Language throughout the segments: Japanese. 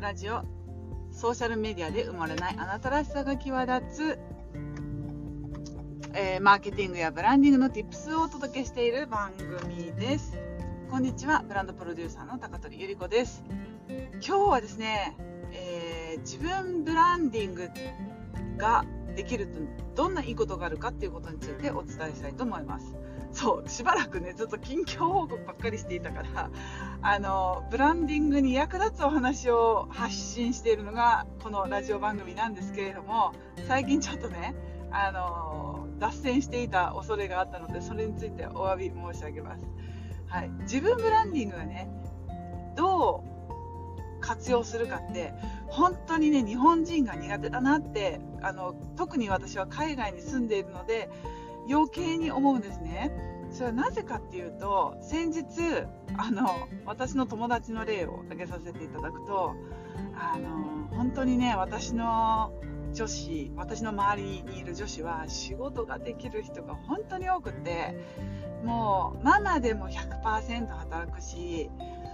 ラジオ、ソーシャルメディアで埋もれないあなたらしさが際立つ、マーケティングやブランディングの Tips をお届けしている番組です。こんにちは、ブランドプロデューサーの高取ゆり子です。今日はですね、自分ブランディングができるとどんないいことがあるかっていうことについてお伝えしたいと思います。そう、しばらくねずっと近況報告ばっかりしていたからブランディングに役立つお話を発信しているのがこのラジオ番組なんですけれども、最近ちょっとね脱線していた恐れがあったので、それについてお詫び申し上げます。はい、自分ブランディングがねどう活用するかって本当にね日本人が苦手だなって特に私は海外に住んでいるので余計に思うんですね。それはなぜかっていうと、先日私の友達の例を挙げさせていただくと本当にね私の周りにいる女子は仕事ができる人が本当に多くて、もうママでも 100% 働くし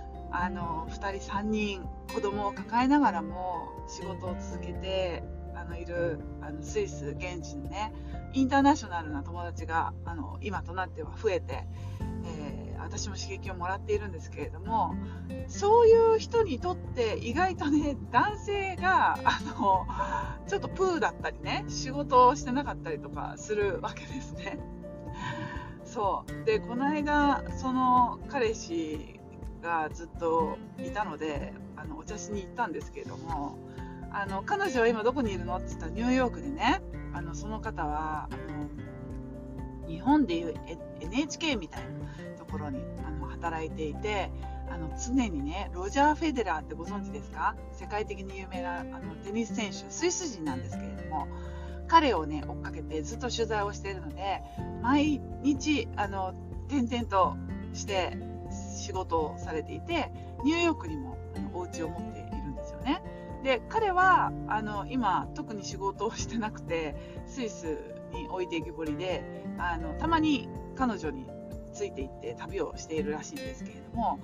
2人3人子供を抱えながらも仕事を続けているスイス現地のねインターナショナルな友達が今となっては増えて、私も刺激をもらっているんですけれども、そういう人にとって意外とね男性がちょっとプーだったりね仕事をしてなかったりとかするわけですね。そうで、この間その彼氏がずっといたのでお茶しに行ったんですけれども、彼女は今どこにいるのって言ったらニューヨークでね、その方は日本でいう NHK みたいなところに働いていて、常にねロジャー・フェデラーってご存知ですか？世界的に有名なテニス選手、スイス人なんですけれども、彼をね追っかけてずっと取材をしているので、毎日転々として仕事をされていて、ニューヨークにもお家を持っているんですよね。で彼は今特に仕事をしてなくてスイスに置いていきぼりでたまに彼女についていって旅をしているらしいんですけれども、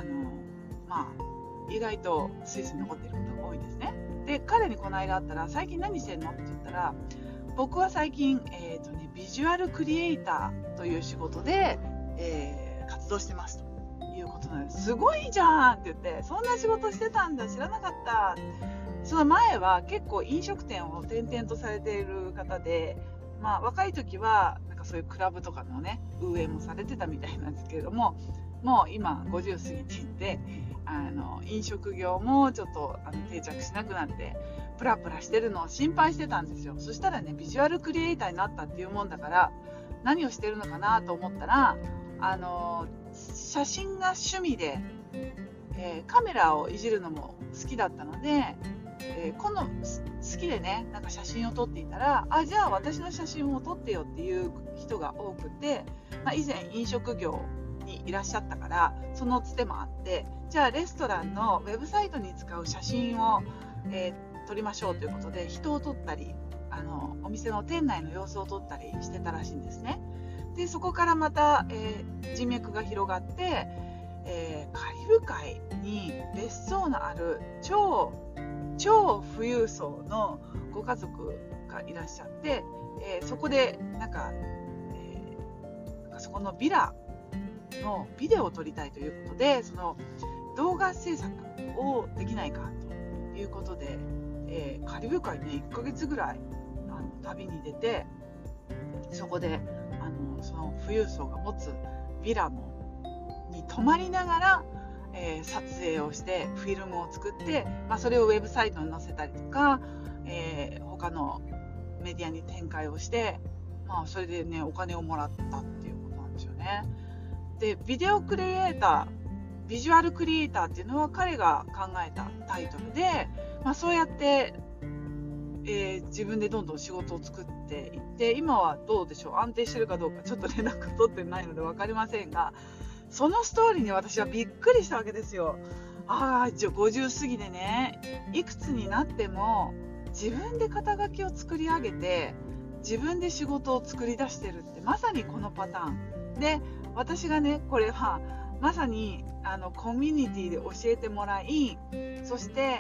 意外とスイスに残っていることが多いんですね。で彼にこの間会ったら、最近何してんのって言ったら、僕は最近、ビジュアルクリエイターという仕事で、活動してますということなんです。すごいじゃんって言って、そんな仕事してたんだ、知らなかった。その前は結構飲食店を転々とされている方で、若い時はなんかそういうクラブとかのね運営もされてたみたいなんですけれども、もう今50過ぎていて飲食業もちょっと定着しなくなってプラプラしてるのを心配してたんですよ。そしたらねビジュアルクリエイターになったっていうもんだから、何をしてるのかなと思ったら写真が趣味で、カメラをいじるのも好きだったので、好きでねなんか写真を撮っていたら、じゃあ私の写真を撮ってよっていう人が多くて、以前飲食業にいらっしゃったからそのつてもあって、じゃあレストランのウェブサイトに使う写真を、撮りましょうということで、人を撮ったりお店の店内の様子を撮ったりしてたらしいんですね。でそこからまた、人脈が広がって、カリブ海に別荘のある超富裕層のご家族がいらっしゃって、そこでなんかそこのビラのビデオを撮りたいということで、その動画制作をできないかということで、カリブ海ね1ヶ月ぐらい旅に出て、そこでその富裕層が持つビラに泊まりながら、撮影をしてフィルムを作って、それをウェブサイトに載せたりとか、他のメディアに展開をして、それでねお金をもらったっていうことなんですよね。でビジュアルクリエイターっていうのは彼が考えたタイトルで、そうやって、自分でどんどん仕事を作っていって、今はどうでしょう、安定してるかどうかちょっと連絡取ってないので分かりませんが、そのストーリーに私はびっくりしたわけですよ。50過ぎでね、いくつになっても自分で肩書きを作り上げて自分で仕事を作り出してるって、まさにこのパターンで、私がねこれはまさにコミュニティで教えてもらい、そして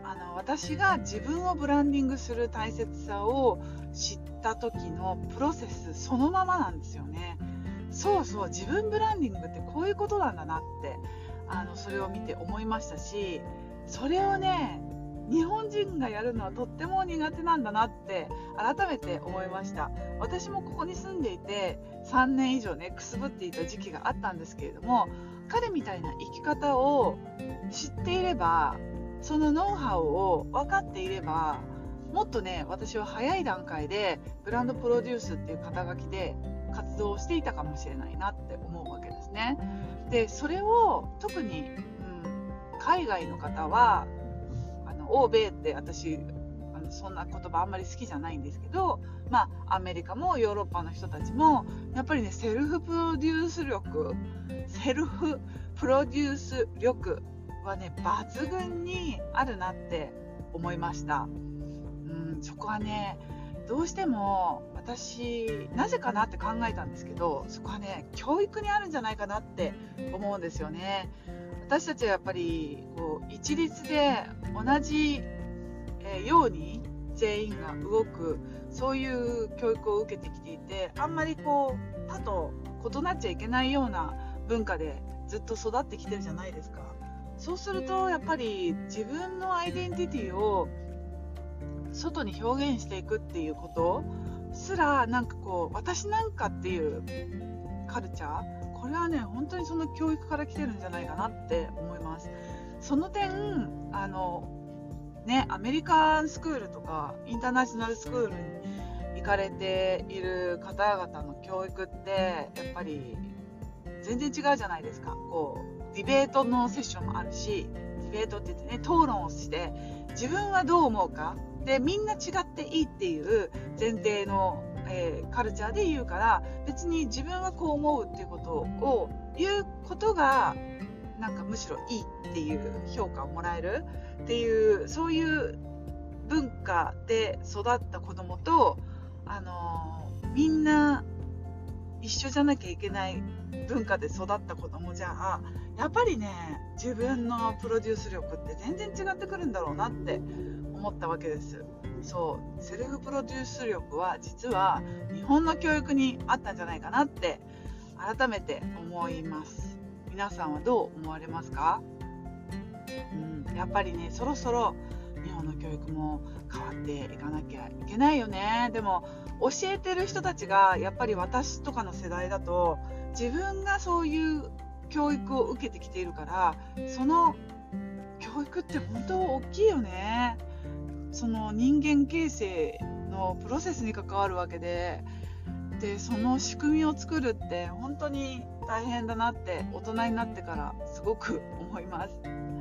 私が自分をブランディングする大切さを知った時のプロセスそのままなんですよね。そうそう、自分ブランディングってこういうことなんだなってそれを見て思いましたし、それをね日本人がやるのはとっても苦手なんだなって改めて思いました。私もここに住んでいて3年以上ねくすぶっていた時期があったんですけれども、彼みたいな生き方を知っていれば、そのノウハウを分かっていれば、もっとね私は早い段階でブランドプロデュースっていう肩書きで活動をしていたかもしれないなって思うわけですね。でそれを特に、海外の方は欧米って私そんな言葉あんまり好きじゃないんですけど、アメリカもヨーロッパの人たちもやっぱりねセルフプロデュース力はね抜群にあるなって思いました。そこはねどうしても私なぜかなって考えたんですけど、そこはね教育にあるんじゃないかなって思うんですよね。私たちはやっぱり一律で同じように全員が動く、そういう教育を受けてきていて、あんまり他と異なっちゃいけないような文化でずっと育ってきてるじゃないですか。そうするとやっぱり自分のアイデンティティを外に表現していくっていうことすら私なんかっていうカルチャー、これはね本当にその教育から来てるんじゃないかなって思います。その点アメリカンスクールとかインターナショナルスクールに行かれている方々の教育ってやっぱり全然違うじゃないですか。ディベートのセッションもあるし、ディベートって言ってね討論をして自分はどう思うかでみんな違っていいっていう前提の、カルチャーで言うから、別に自分はこう思うっていうことを言うことがむしろいいっていう評価をもらえるっていう、そういう文化で育った子供とみんな一緒じゃなきゃいけない文化で育った子供じゃやっぱりね自分のプロデュース力って全然違ってくるんだろうなって思ったわけです。そうセルフプロデュース力は実は日本の教育にあったんじゃないかなって改めて思います。皆さんはどう思われますか？やっぱりねそろそろ日本の教育も変わっていかなきゃいけないよね。でも教えてる人たちがやっぱり私とかの世代だと自分がそういう教育を受けてきているから、その教育って本当大きいよね。その人間形成のプロセスに関わるわけで、その仕組みを作るって本当に大変だなって大人になってからすごく思います。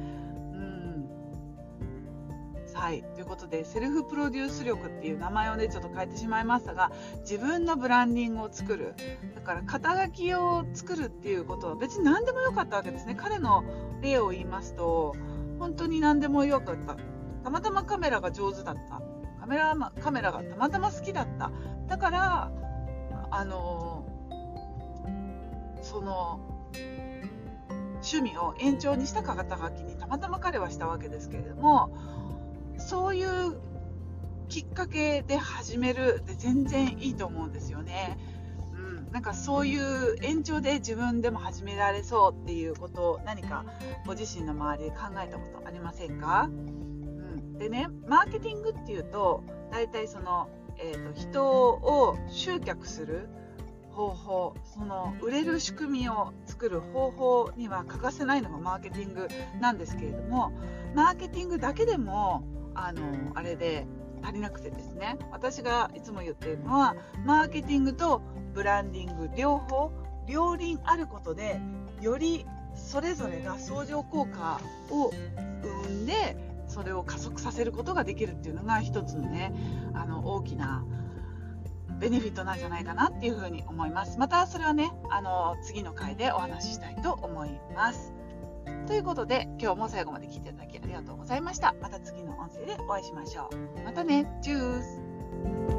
はい、ということでセルフプロデュース力っていう名前をねちょっと変えてしまいましたが、自分のブランディングを作る、だから肩書きを作るっていうことは別に何でもよかったわけですね。彼の例を言いますと本当に何でもよかった。たまたまカメラが上手だった、カメラがたまたま好きだった、だからその趣味を延長にした肩書きにたまたま彼はしたわけですけれども、そういうきっかけで始めるで全然いいと思うんですよね。そういう延長で自分でも始められそうっていうことを何かご自身の周りで考えたことありませんか？でね、マーケティングっていうと大体その、人を集客する方法、その売れる仕組みを作る方法には欠かせないのがマーケティングなんですけれども、マーケティングだけでもあれで足りなくてですね、私がいつも言っているのはマーケティングとブランディング両輪あることでよりそれぞれが相乗効果を生んでそれを加速させることができるっていうのが一つのね大きなベネフィットなんじゃないかなっていうふうに思います。またそれはね次の回でお話ししたいと思います。ということで今日も最後まで聞いていただきありがとうございました。また次の音声でお会いしましょう。またね。チュース。